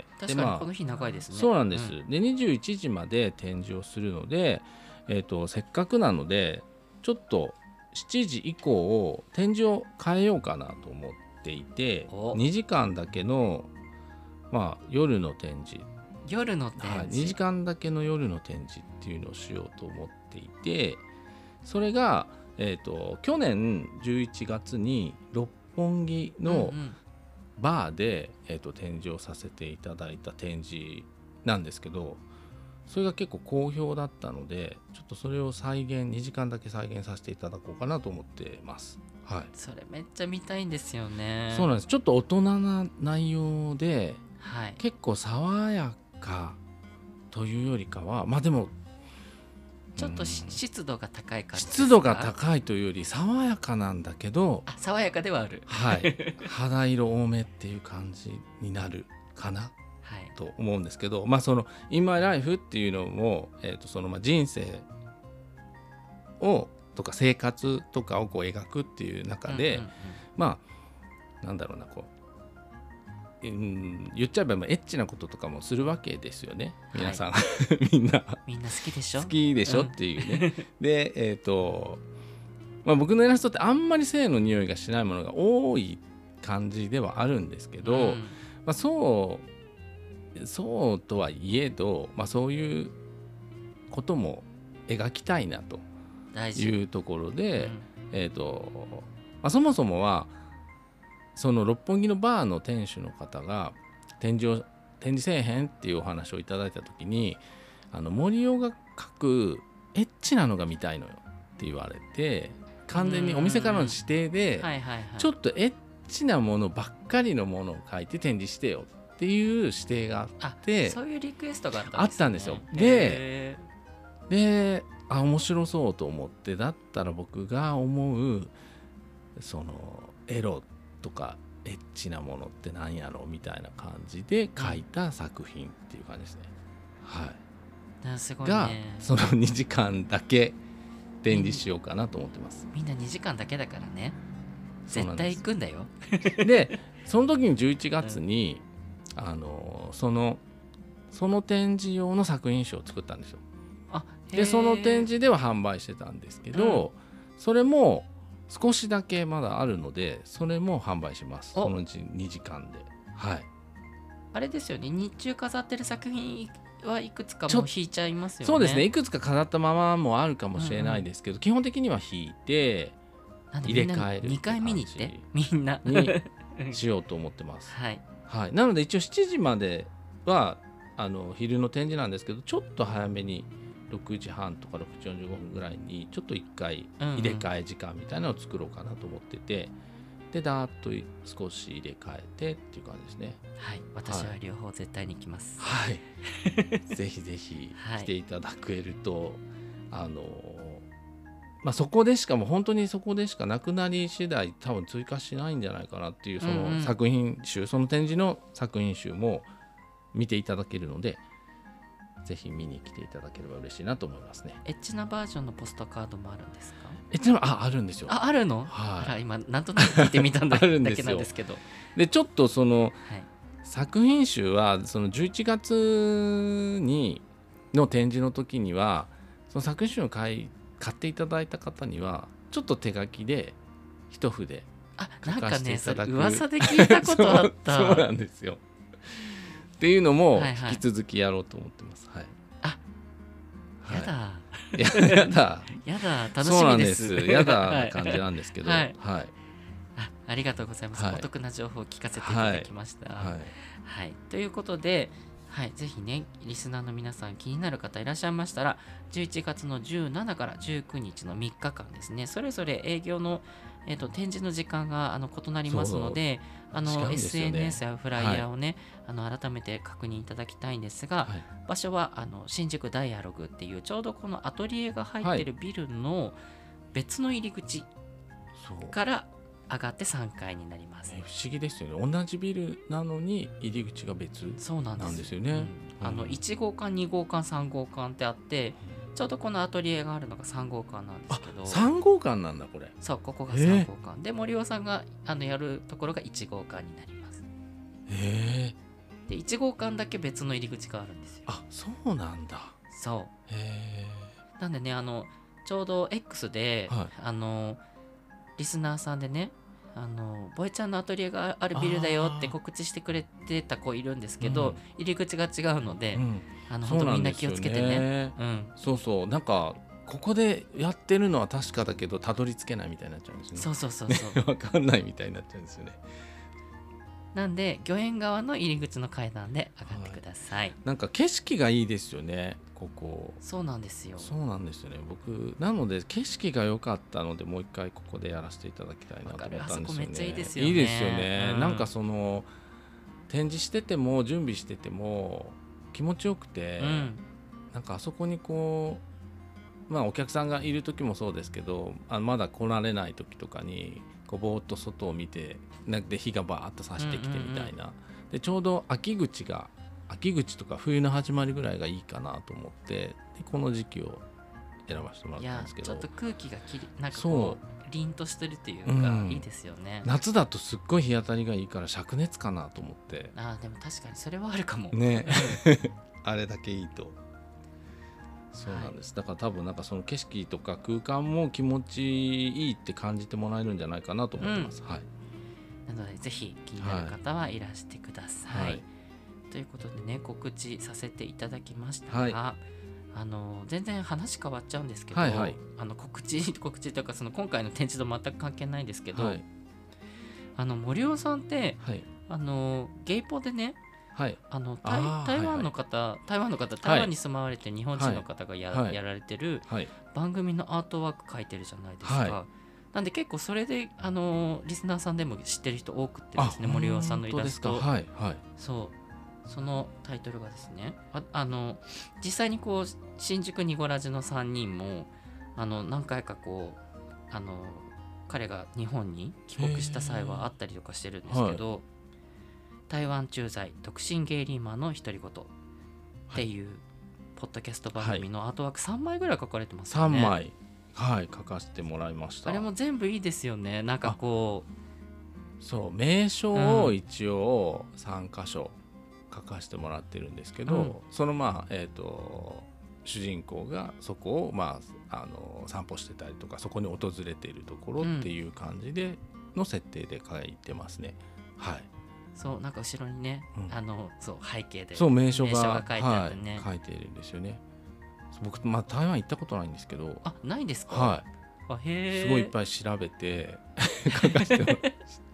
確かにこの日長いですね。 そうなんです。で21時まで展示をするので、せっかくなのでちょっと7時以降を展示を変えようかなと思っていて、2時間だけの、夜の展示、2時間だけの夜の展示っていうのをしようと思っていて、それが、去年11月に六本木のバーで、展示をさせていただいた展示なんですけど、それが結構好評だったのでちょっとそれを2時間だけ再現させていただこうかなと思ってます。 それめっちゃ見たいんですよね。 そうなんです。ちょっと大人な内容で、結構爽やかというよりかはでもちょっと湿度が高い感じですか？ 湿度が高いというより爽やかなんだけど、 爽やかではある肌色多めっていう感じになるかな、と思うんですけど、その「In My Life」っていうのも、その人生をとか生活とかを描くっていう中で、なんだろうな言っちゃえばエッチなこととかもするわけですよね皆さん、はい、みんな好きでしょっていうね、で僕のイラストってあんまり性の匂いがしないものが多い感じではあるんですけど、そうとはいえど、そういうことも描きたいなというところで、そもそもはその六本木のバーの店主の方が展示せえへんっていうお話をいただいた時に、森尾が描くエッチなのが見たいのよって言われて、完全にお店からの指定でちょっとエッチなものばっかりのものを描いて展示してよっていう指定があって、 そういうリクエストがあったんですよ。で面白そうと思って、だったら僕が思うそのエロとかエッチなものって何やろみたいな感じで描いた作品っていう感じですね。 すごいね。 がその2時間だけ展示しようかなと思ってます。 みんな2時間だけだからね、絶対行くんだよ。 でその時に11月に、その展示用の作品集を作ったんですよ。でその展示では販売してたんですけど、それも少しだけまだあるので、それも販売します。そのうち2時間で。 あれですよね、日中飾ってる作品はいくつかもう引いちゃいますよね。 そうですね、いくつか飾ったままもあるかもしれないですけど、基本的には引いて入れ替える 2回見に行ってみんなにしようと思ってます。なので一応7時までは昼の展示なんですけど、ちょっと早めに6時半とか6時45分ぐらいにちょっと1回入れ替え時間みたいなのを作ろうかなと思ってて、でだーっと少し入れ替えてっていう感じですね。 私は両方絶対に行きます。 ぜひぜひ来ていただけると、そこでしかも本当にそこでしかなくなり次第多分追加しないんじゃないかなっていう、その作品集、その展示の作品集も見ていただけるので、ぜひ見に来ていただければ嬉しいなと思いますね。 エッチなバージョンのポストカードもあるんですか？ エッチなあるんですよ。 あるの？今なんとなく聞いてみたんだけなんですけどでちょっとその、作品集はその11月の展示の時には、その作品集を買っていただいた方にはちょっと手書きで一筆書かせていただく、 噂で聞いたことあったそうなんですよっていうのも引き続きやろうと思ってます。 やだやだ楽しみです。 やだな感じなんですけど、ありがとうございます。お得な情報を聞かせていただきました。ということで、ぜひねリスナーの皆さん気になる方いらっしゃいましたら、11月の17から19日の3日間ですね、それぞれ営業の展示の時間が異なりますので、SNS やフライヤーをね、改めて確認いただきたいんですが、場所は新宿ダイアログっていうちょうどこのアトリエが入ってるビルの別の入り口から上がって3階になります。 不思議ですよね。同じビルなのに入り口が別なんですよね。 1号館2号館3号館ってあって、ちょうどこのアトリエがあるのが3号館なんですけど。 3号館なんだこれ。 そう、ここが3号館で、森尾さんがやるところが1号館になります。で1号館だけ別の入り口があるんですよ。 そうなんだ。 そうなんでね、ちょうど X で、リスナーさんでね、ボエちゃんのアトリエがあるビルだよって告知してくれてた子いるんですけど、入り口が違うので、本当みんな気をつけてね。 そうなんかここでやってるのは確かだけどたどり着けないみたいになっちゃうんですね。そう分かんないみたいになっちゃうんですよね。 なんで御苑側の入り口の階段で上がってください。 なんか景色がいいですよねここ。 そうなんですよ。 僕なので景色が良かったので、もう一回ここでやらせていただきたいなと思ったんですよね。 あそこめっちゃいいですよね。 いいですよね。なんかその展示してても準備してても気持ちよくて、なんかあそこにこうお客さんがいる時もそうですけど、まだ来られない時とかにこうぼーっと外を見て、で火がバーッと差してきてみたいな、でちょうど秋口とか冬の始まりぐらいがいいかなと思って、でこの時期を選ばせてもらったんですけど、 ちょっと空気がなんかこう凛としてるっていうか、いいですよね。 夏だとすっごい日当たりがいいから灼熱かなと思って。 でも確かにそれはあるかもねあれだけいいと。そうなんです、だから多分なんかその景色とか空間も気持ちいいって感じてもらえるんじゃないかなと思ってます、はい。 なのでぜひ気になる方はいらしてください、ということでね、告知させていただきましたが、全然話変わっちゃうんですけど、告知というかその今回の展示と全く関係ないんですけど、森尾さんって、ゲイポでね、台湾の方、台湾に住まわれて日本人の方がやられてる番組のアートワーク書いてるじゃないですか、なんで結構それでリスナーさんでも知ってる人多くてですね、森尾さんのイラスト、そうそのタイトルがですね、実際にこう新宿ニゴラジの3人も何回かこう彼が日本に帰国した際はあったりとかしてるんですけど、台湾駐在独身ゲイリーマンの独り言っていうポッドキャスト番組のアートワーク3枚ぐらい書かれてますよね。 3枚書かせてもらいました。 あれも全部いいですよね。なんかこうそう名称を一応3箇所書かせてもらってるんですけど、その主人公がそこを散歩してたりとかそこに訪れているところっていう感じでの設定で書いてますね。 そうなんか後ろにね、そう背景でそう名称が書いてあってね、 書いているんですよね。僕台湾行ったことないんですけど。 ないんですか。へすごいいっぱい調べて書かせてもらいました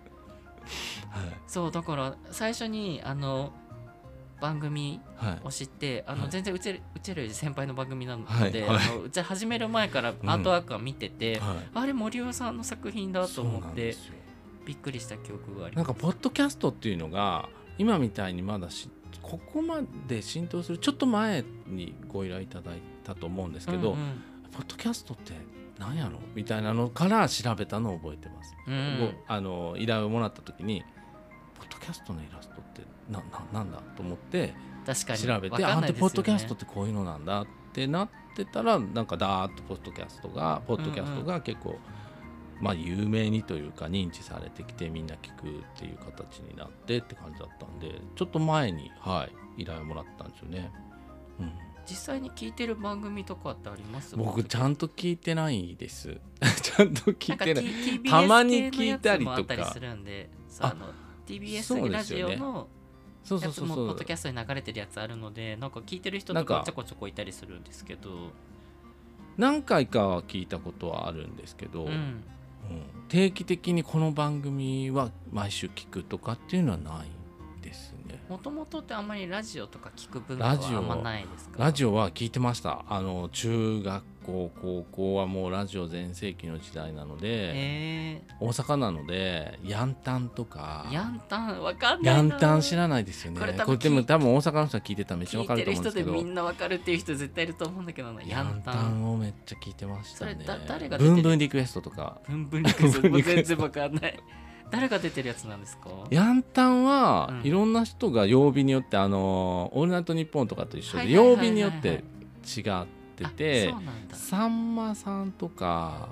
そうだから最初に番組を知って、全然うちらより先輩の番組なので、うち始める前からアートワークは見てて、あれ森尾さんの作品だと思ってびっくりした記憶があります。 なんかポッドキャストっていうのが今みたいにまだここまで浸透するちょっと前にご依頼いただいたと思うんですけど、ポッドキャストって何やろみたいなのから調べたのを覚えてます、依頼をもらった時にポッドキャストのイラストってなんだと思って調べて、ポッドキャストってこういうのなんだってなってたら、なんかダーッとポッドキャストが結構有名にというか認知されてきてみんな聞くっていう形になってって感じだったんで、ちょっと前に依頼をもらったんですよね。 実際に聞いてる番組とかってあります？ 僕ちゃんと聞いてないですちゃんと聞いてない。たまに聞いたりとか。 TBS 系のやつもあったりするんで、TBS ラジオのやつもポッドキャストに流れてるやつあるので、なんか聞いてる人とかちょこちょこいたりするんですけど、 何回かは聞いたことはあるんですけど、定期的にこの番組は毎週聞くとかっていうのはないですね。 もともとってあんまりラジオとか聞く文化はあんまないですか？ ラジオは聞いてました。中学校高校はもうラジオ全盛期の時代なので、大阪なのでヤンタンとか。 ヤンタンわかんないな。 ヤンタン知らないですよね。これでも多分大阪の人は聞いてたらめっちゃわかると思うんですけど、 聞いてる人でみんなわかるっていう人絶対いると思うんだけどな。 ヤンタンをめっちゃ聞いてましたね。 それ誰がブンブンリクエストとか。 ブンブンリクエストも全然わかんない誰が出てるやつなんですか？ ヤンタンはいろんな人が曜日によってオールナイトニッポンとかと一緒で曜日によって違ってて、さんまさんとか、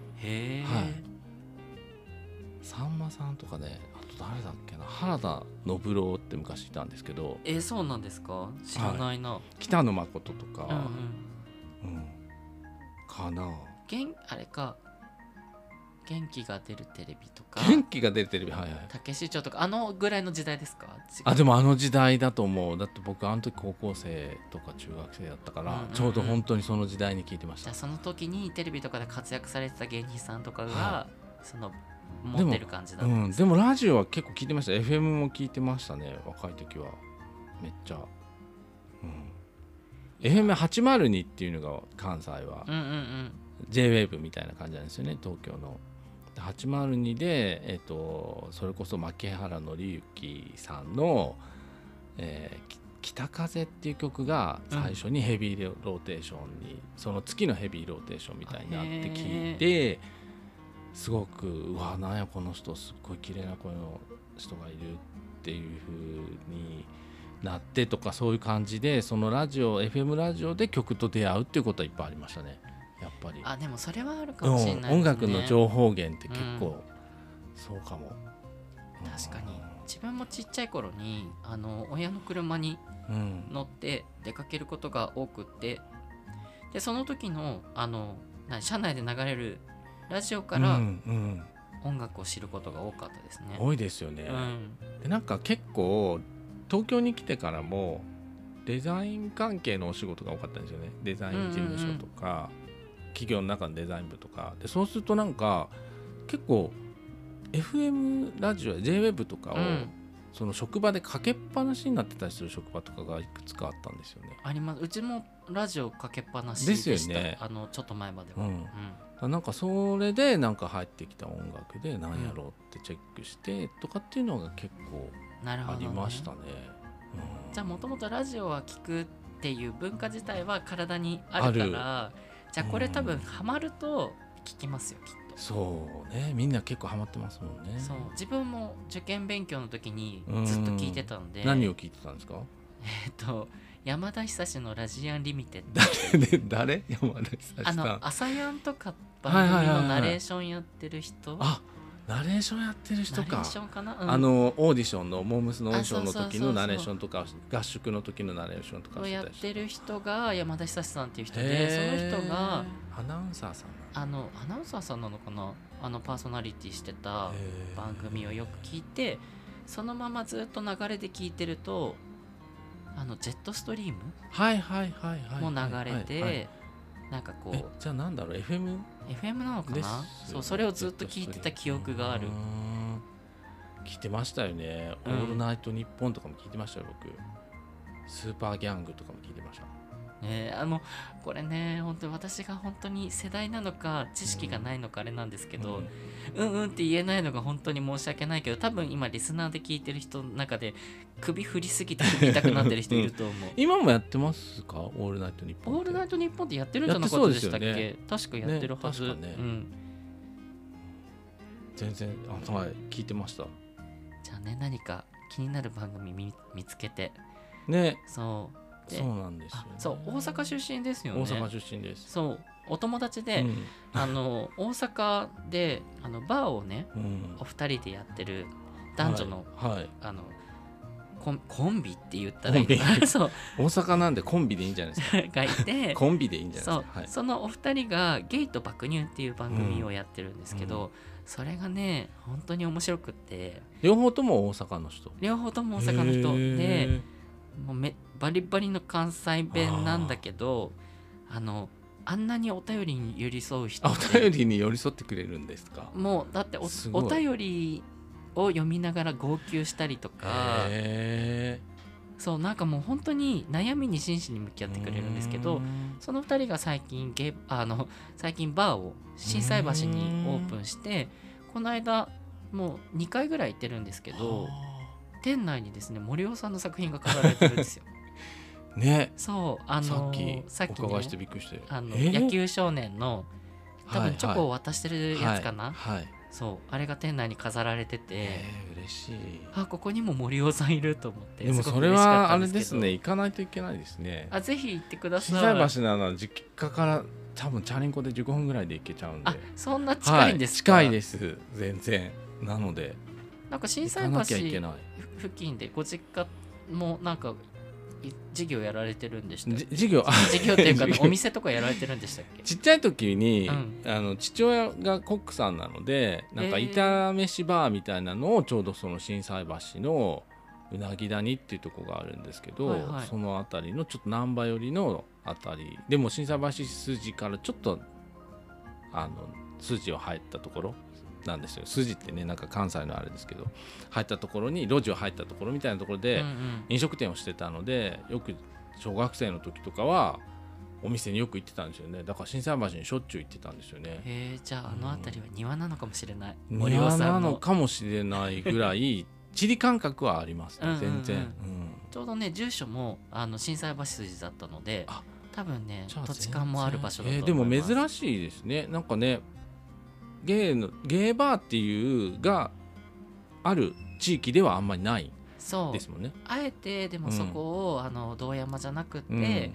さんまさんとかね、あと誰だっけな、原田信郎って昔いたんですけど、 そうなんですか？知らないな。 北野誠とか、かな。あれか。 元気が出るテレビとか、 元気が出るテレビ、 たけし町とかぐらいの時代ですか？ でも時代だと思う。だって僕時高校生とか中学生だったから、ちょうど本当にその時代に聞いてました。 じゃあその時にテレビとかで活躍されてた芸人さんとかが、持ってる感じだったんですか？ でもラジオは結構聞いてました。 FM も聞いてましたね、若い時はめっちゃ。FM802 っていうのが関西は、J-WAVE みたいな感じなんですよね、東京の。802で、それこそ牧原紀之さんの、北風っていう曲が最初にヘビーローテーションに、その月のヘビーローテーションみたいになって聞いて、すごくなんやこの人すっごい綺麗な声の人がいるっていう風になってとか、そういう感じでそのラジオ FM ラジオで曲と出会うっていうことはいっぱいありましたね。 やっぱり。 あでもそれはあるかもしれないですね、 音楽の情報源って結構、そうかも。 確かに自分もちっちゃい頃に親の車に乗って出かけることが多くって、でその時の車内で流れるラジオから音楽を知ることが多かったですね。 多いですよね、でなんか結構東京に来てからもデザイン関係のお仕事が多かったんですよね。デザイン事務所とか、企業の中のデザイン部とかで、そうするとなんか結構 FM ラジオや JWEB とかを、その職場でかけっぱなしになってたりする職場とかがいくつかあったんですよね。 あります。うちもラジオかけっぱなしでしたですよね。 ちょっと前までは、 なんかそれでなんか入ってきた音楽で何やろうってチェックしてとかっていうのが結構ありましたね。 じゃあもともとラジオは聞くっていう文化自体は体にあるから、じゃあこれ多分ハマると聞きますよ、きっと。 そうね、みんな結構ハマってますもんね。 そう、自分も受験勉強の時にずっと聞いてたんで。 何を聞いてたんですか？ 山田久志のラジアンリミテッド。誰？山田久志さん。 朝やんとか番組のナレーションやってる人。 あ、ナレーションやってる人か。 ナレーションかな、 オーディションのモームスのオーディションの時のナレーションとか、合宿の時のナレーションとかやってる人が山田久志さんっていう人で、その人がアナウンサーさんアナウンサーさんなのかな、パーソナリティしてた番組をよく聞いて、そのままずっと流れで聞いてるとジェットストリームも流れて、なんかこうじゃあなんだろう、 FM なのかな、それをずっと聞いてた記憶がある。 聞いてましたよね、オールナイトニッポンとかも聞いてましたよ僕。スーパーギャングとかも聞いてましたね。これね、本当に私が本当に世代なのか知識がないのかあれなんですけど、って言えないのが本当に申し訳ないけど、多分今リスナーで聞いてる人の中で首振りすぎて首痛くなってる人いると思う。 今もやってますか、オールナイトニッポン？ オールナイトニッポンってやってるんじゃなかったでしたっけ？確かやってるはず。 全然聞いてました。 じゃあね、何か気になる番組見つけてね。 そうなんですよね。 そう大阪出身ですよね。 大阪出身です。 そうお友達で、大阪でバーをね、お二人でやってる男女の、コンビって言ったらいいのかな。そう大阪なんでコンビでいいんじゃないですか。 がいてコンビでいいんじゃないですか。 そのお二人がゲイと爆乳っていう番組をやってるんですけど、それがね本当に面白くって、 両方とも大阪の人。 両方とも大阪の人で、もうバリバリの関西弁なんだけど、あんなにお便りに寄り添う人って。 お便りに寄り添ってくれるんですか？ もうだってお便りを読みながら号泣したりとか、そうなんかもう本当に悩みに真摯に向き合ってくれるんですけど、その2人が最近最近バーを心斎橋にオープンして、この間もう2回ぐらい行ってるんですけど、店内にですね森尾さんの作品が飾られてるんですよ。 ね、 そうさっきお伺いしてびっくりして、 野球少年の多分チョコを渡してるやつかな、そうあれが店内に飾られてて、 嬉しい。 ここにも森尾さんいると思って、 でもそれはあれですね、行かないといけないですね。 ぜひ行ってください。 心斎橋なら実家から多分チャリンコで15分ぐらいで行けちゃうんで。 そんな近いんですか？ 近いです全然。なのでなんか心斎橋付近でご実家もなんか事業やられてるんでしたっけ？事業っていうかお店とかやられてるんでしたっけ？ ちっちゃい時に、父親がコックさんなので、なんか板飯バーみたいなのをちょうどその心斎橋のうなぎ谷っていうところがあるんですけど、その辺りのちょっと難波寄りの辺りでも心斎橋筋からちょっと筋を入ったところなんですよ。筋ってね、なんか関西のあれですけど、入ったところに路地を入ったところみたいなところで飲食店をしてたので、よく小学生の時とかはお店によく行ってたんですよね。だから心斎橋にしょっちゅう行ってたんですよね。 じゃあ辺りは庭なのかもしれない。 庭なのかもしれないぐらい地理感覚はありますね。全然。 ちょうどね住所も心斎橋筋だったので、多分ね土地勘もある場所だと思います。 でも珍しいですね。なんかね、ゲーバーっていうがある地域ではあんまりないですもんね。 あえてでもそこを堂山じゃなくて、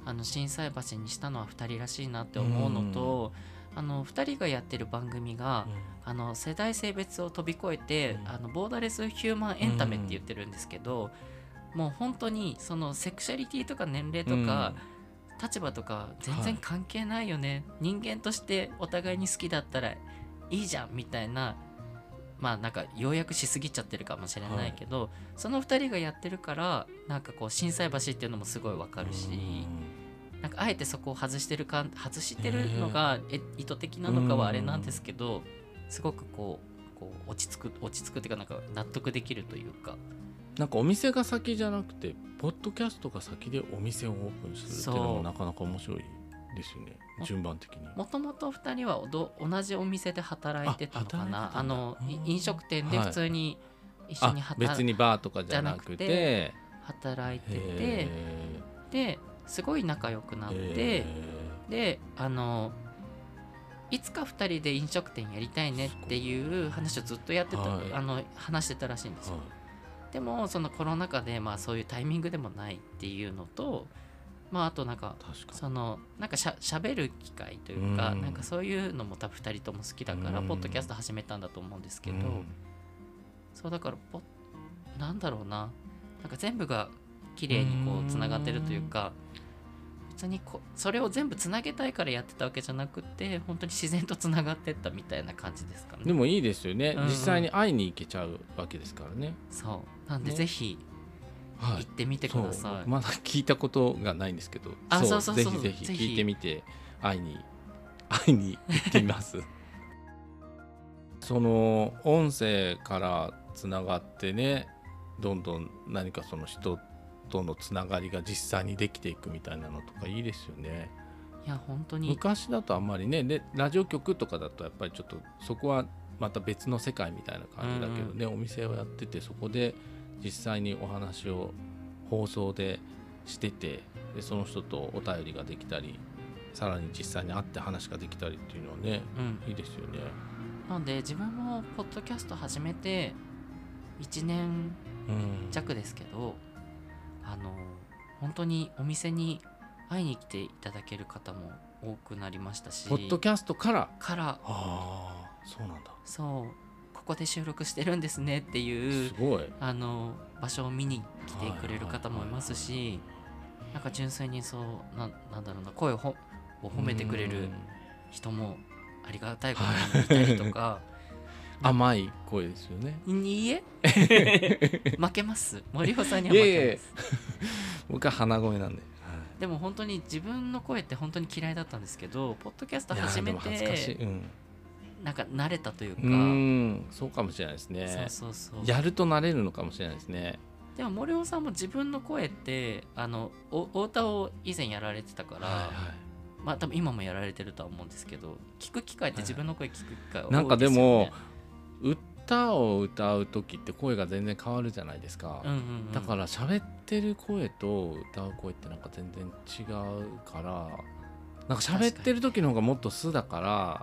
心斎橋にしたのは2人らしいなって思うのと、2人がやってる番組が、世代性別を飛び越えて、ボーダレスヒューマンエンタメって言ってるんですけど、もう本当にそのセクシャリティとか年齢とか、立場とか全然関係ないよね、人間としてお互いに好きだったらいいじゃんみたいな、まあなんか要約しすぎちゃってるかもしれないけど、その2人がやってるからなんかこう心斎橋っていうのもすごいわかるし、なんかあえてそこを外してるのが意図的なのかはあれなんですけど、すごくこう落ち着くっていうか、なんか納得できるというか、 なんかお店が先じゃなくてポッドキャストが先でお店をオープンするっていうのもなかなか面白いですよね、順番的に。 もともと2人は同じお店で働いてたのかな、飲食店で普通に一緒に別にバーとかじゃなくて働いてて、ですごい仲良くなって、でいつか2人で飲食店やりたいねっていう話をずっとやってた、話してたらしいんですよ。でもそのコロナ禍でそういうタイミングでもないっていうのと、あとなんかしゃべる機会というか、なんかそういうのも多分2人とも好きだからポッドキャスト始めたんだと思うんですけど、そうだからなんだろうな、なんか全部が綺麗にこうつながってるというか、別にそれを全部つなげたいからやってたわけじゃなくて、本当に自然とつながってったみたいな感じですかね。 でもいいですよね、実際に会いに行けちゃうわけですからね。 そうなんで、ぜひ行ってみてください。 まだ聞いたことがないんですけど、ぜひぜひ聞いてみて会いに行ってみますその音声からつながってね、どんどん何かその人とのつながりが実際にできていくみたいなのとかいいですよね。 いや本当に昔だとあんまりね、でラジオ局とかだとやっぱりちょっとそこはまた別の世界みたいな感じだけどね、お店をやっててそこで実際にお話を放送でしてて、でその人とお便りができたり、さらに実際に会って話ができたりっていうのはね、いいですよね。 なので自分もポッドキャスト始めて1年弱ですけど、本当にお店に会いに来ていただける方も多くなりましたし、 ポッドキャストからそうなんだ、そうここで収録してるんですねっていうすごい場所を見に来てくれる方もいますし、なんか純粋になんだろうな、声を褒めてくれる人もありがたいことにいたりとか甘い声ですよね。 いいえ負けます、森尾さんには負けます。 僕は鼻声なんで、 でも本当に自分の声って本当に嫌いだったんですけど、ポッドキャスト始めてなんか慣れたというか、 そうかもしれないですね。 そうやると慣れるのかもしれないですね。 でも森尾さんも自分の声ってお歌を以前やられてたから、多分今もやられてるとは思うんですけど、聞く機会って自分の声聞く機会多いですよね。 なんかでも歌を歌う時って声が全然変わるじゃないですか、だから喋ってる声と歌う声ってなんか全然違うから、なんか喋ってる時の方がもっと素だから、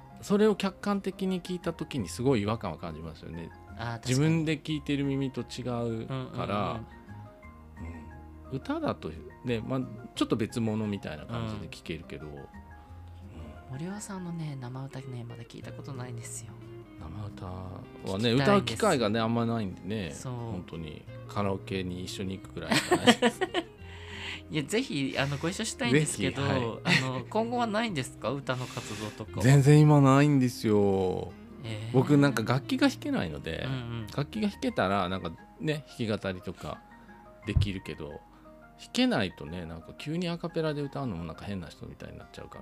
それを客観的に聞いた時にすごい違和感を感じますよね。自分で聞いてる耳と違うから、歌だとね、ちょっと別物みたいな感じで聞けるけど、 森尾さんのね生歌ねまだ聞いたことないんですよ。 生歌はね、歌う機会がねあんまないんでね、本当にカラオケに一緒に行くくらいしかないですいやぜひご一緒したいんですけど、今後はないんですか、歌の活動とかは。 全然今ないんですよ、僕なんか楽器が弾けないので、楽器が弾けたらなんかね弾き語りとかできるけど、弾けないとね、なんか急にアカペラで歌うのもなんか変な人みたいになっちゃうから。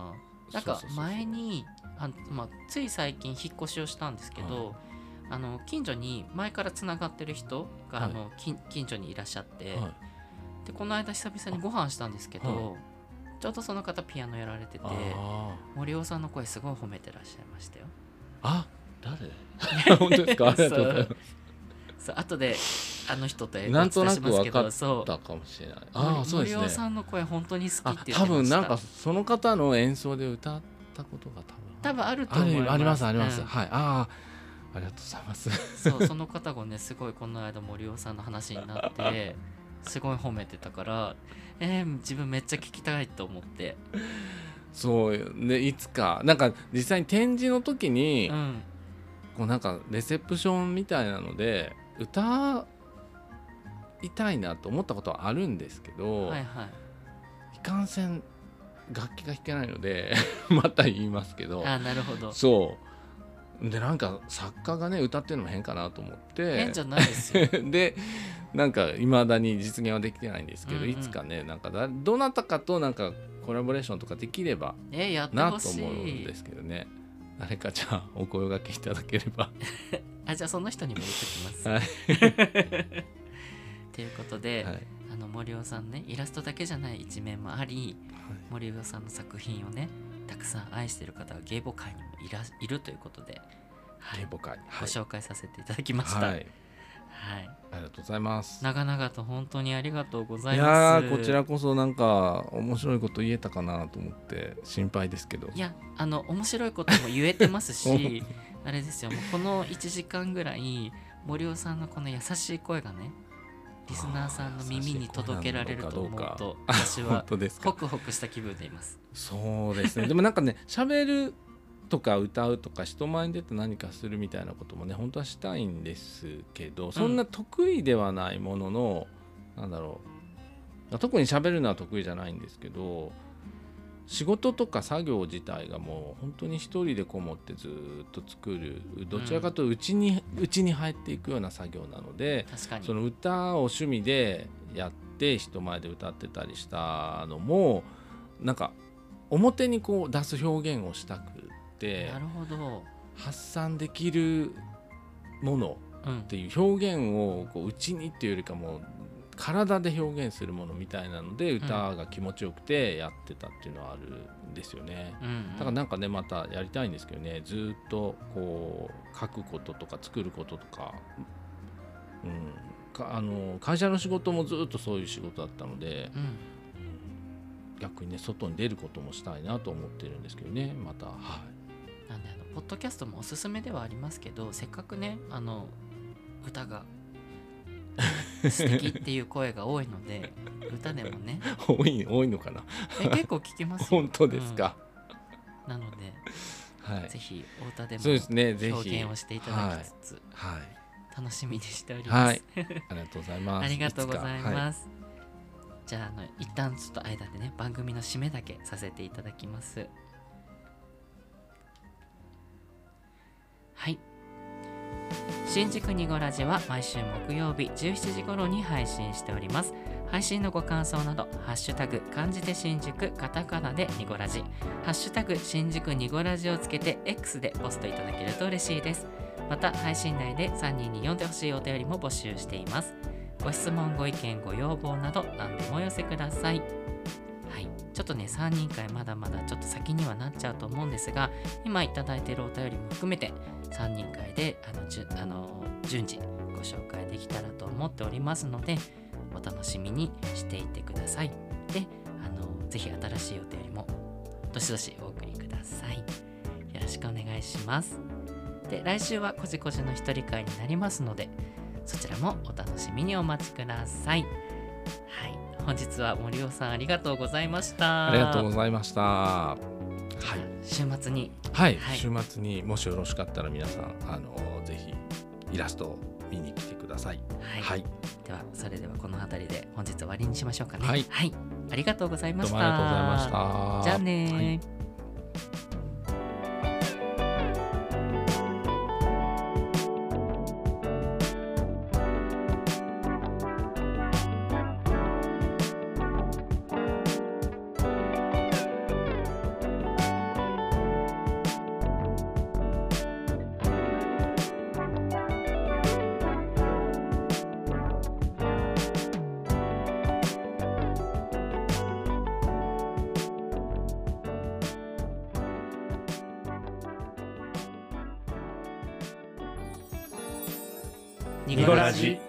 なんか前につい最近引っ越しをしたんですけど、近所に前からつながってる人が近所にいらっしゃって、でこの間久々にご飯したんですけど、ちょうどその方ピアノやられてて、森尾さんの声すごい褒めてらっしゃいましたよ。 誰本当ですか、ありがとうございます。 後で人となんとなく分かったかもしれない。そうですね、 森尾さんの声本当に好きって言ってました。 多分なんかその方の演奏で歌ったことが多分あると思います。 ありますあります、はい、ありがとうございます。 その方がねすごいこの間森尾さんの話になってすごい褒めてたから、自分めっちゃ聞きたいと思って。 そうね、いつかなんか実際に展示の時に、 うん、 こうなんかレセプションみたいなので歌いたいなと思ったことはあるんですけど、 はいはい。 いかんせん楽器が弾けないのでまた言いますけど、 あ、なるほど。 そうで、なんか作家がね歌ってるのも変かなと思って変じゃないですよ。 でなんか未だに実現はできてないんですけど、 うんうん、 いつかねなんかどなたかとなんかコラボレーションとかできればやってなとほしい思うんですけどね。誰かじゃあお声掛けいただければあ、じゃあその人にも言ってきます。 はいということで、 はい、 森尾さんね、イラストだけじゃない一面もあり、森尾さんの作品をねたくさん愛している方は芸母界にもいるということで、 芸母会、 ご紹介させていただきました。 はい、はい、ありがとうございます。 長々と本当にありがとうございます。 いやこちらこそなんか面白いこと言えたかなと思って心配ですけど、 いや面白いことも言えてますしあれですよ、もうこの1時間ぐらい森尾さんのこの優しい声がねリスナーさんの耳に届けられると思うと私はホクホクした気分でいます。 そうですねでもなんかね喋るとか歌うとか人前に出て何かするみたいなこともね本当はしたいんですけど、そんな得意ではないものの、なんだろう、特に喋るのは得意じゃないんですけど、仕事とか作業自体がもう本当に一人でこもってずっと作る、どちらかというとうちに入っていくような作業なので、 確かにその歌を趣味でやって人前で歌ってたりしたのもなんか表にこう出す表現をしたくて、 なるほど、 発散できるものっていう表現をこう内にっていうよりかも体で表現するものみたいなので歌が気持ちよくてやってたっていうのはあるんですよね、だからなんかねまたやりたいんですけどね、ずっとこう書くこととか作ることとか、会社の仕事もずっとそういう仕事だったので、逆にね外に出ることもしたいなと思ってるんですけどね、また。はい、 なんでポッドキャストもおすすめではありますけど、せっかくね歌が素敵っていう声が多いので歌でもね多いのかな結構聞きますよ本当ですか、 なので、はい、ぜひお歌でも表現をしていただきつつ、はい、楽しみにしております、はい、 ありがとうございますありがとうございます、じゃあ一旦ちょっと間でね番組の締めだけさせていただきます。はい、新宿ニゴラジは毎週木曜日17時頃に配信しております。配信のご感想などハッシュタグ漢字で新宿カタカナでニゴラジ、ハッシュタグ新宿ニゴラジをつけて X でポストいただけると嬉しいです。また配信内で3人に読んでほしいお便りも募集しています。ご質問ご意見ご要望など何でもお寄せください。はい、ちょっとね3人会まだまだちょっと先にはなっちゃうと思うんですが、今いただいているお便りも含めて3人会で順次ご紹介できたらと思っておりますので、お楽しみにしていてください。でぜひ新しいお便りもどしどしお送りください。よろしくお願いします。で来週はこじこじの一人会になりますので、そちらもお楽しみにお待ちください。はい、本日は森尾さんありがとうございました。 ありがとうございました。はい、 週末に、 はい、週末にもしよろしかったら皆さんぜひイラストを見に来てください。はい、 ではそれではこの辺りで本日終わりにしましょうかね。 はい、 ありがとうございました。 どうもありがとうございました。 じゃあね、はい。 ニゴラジ。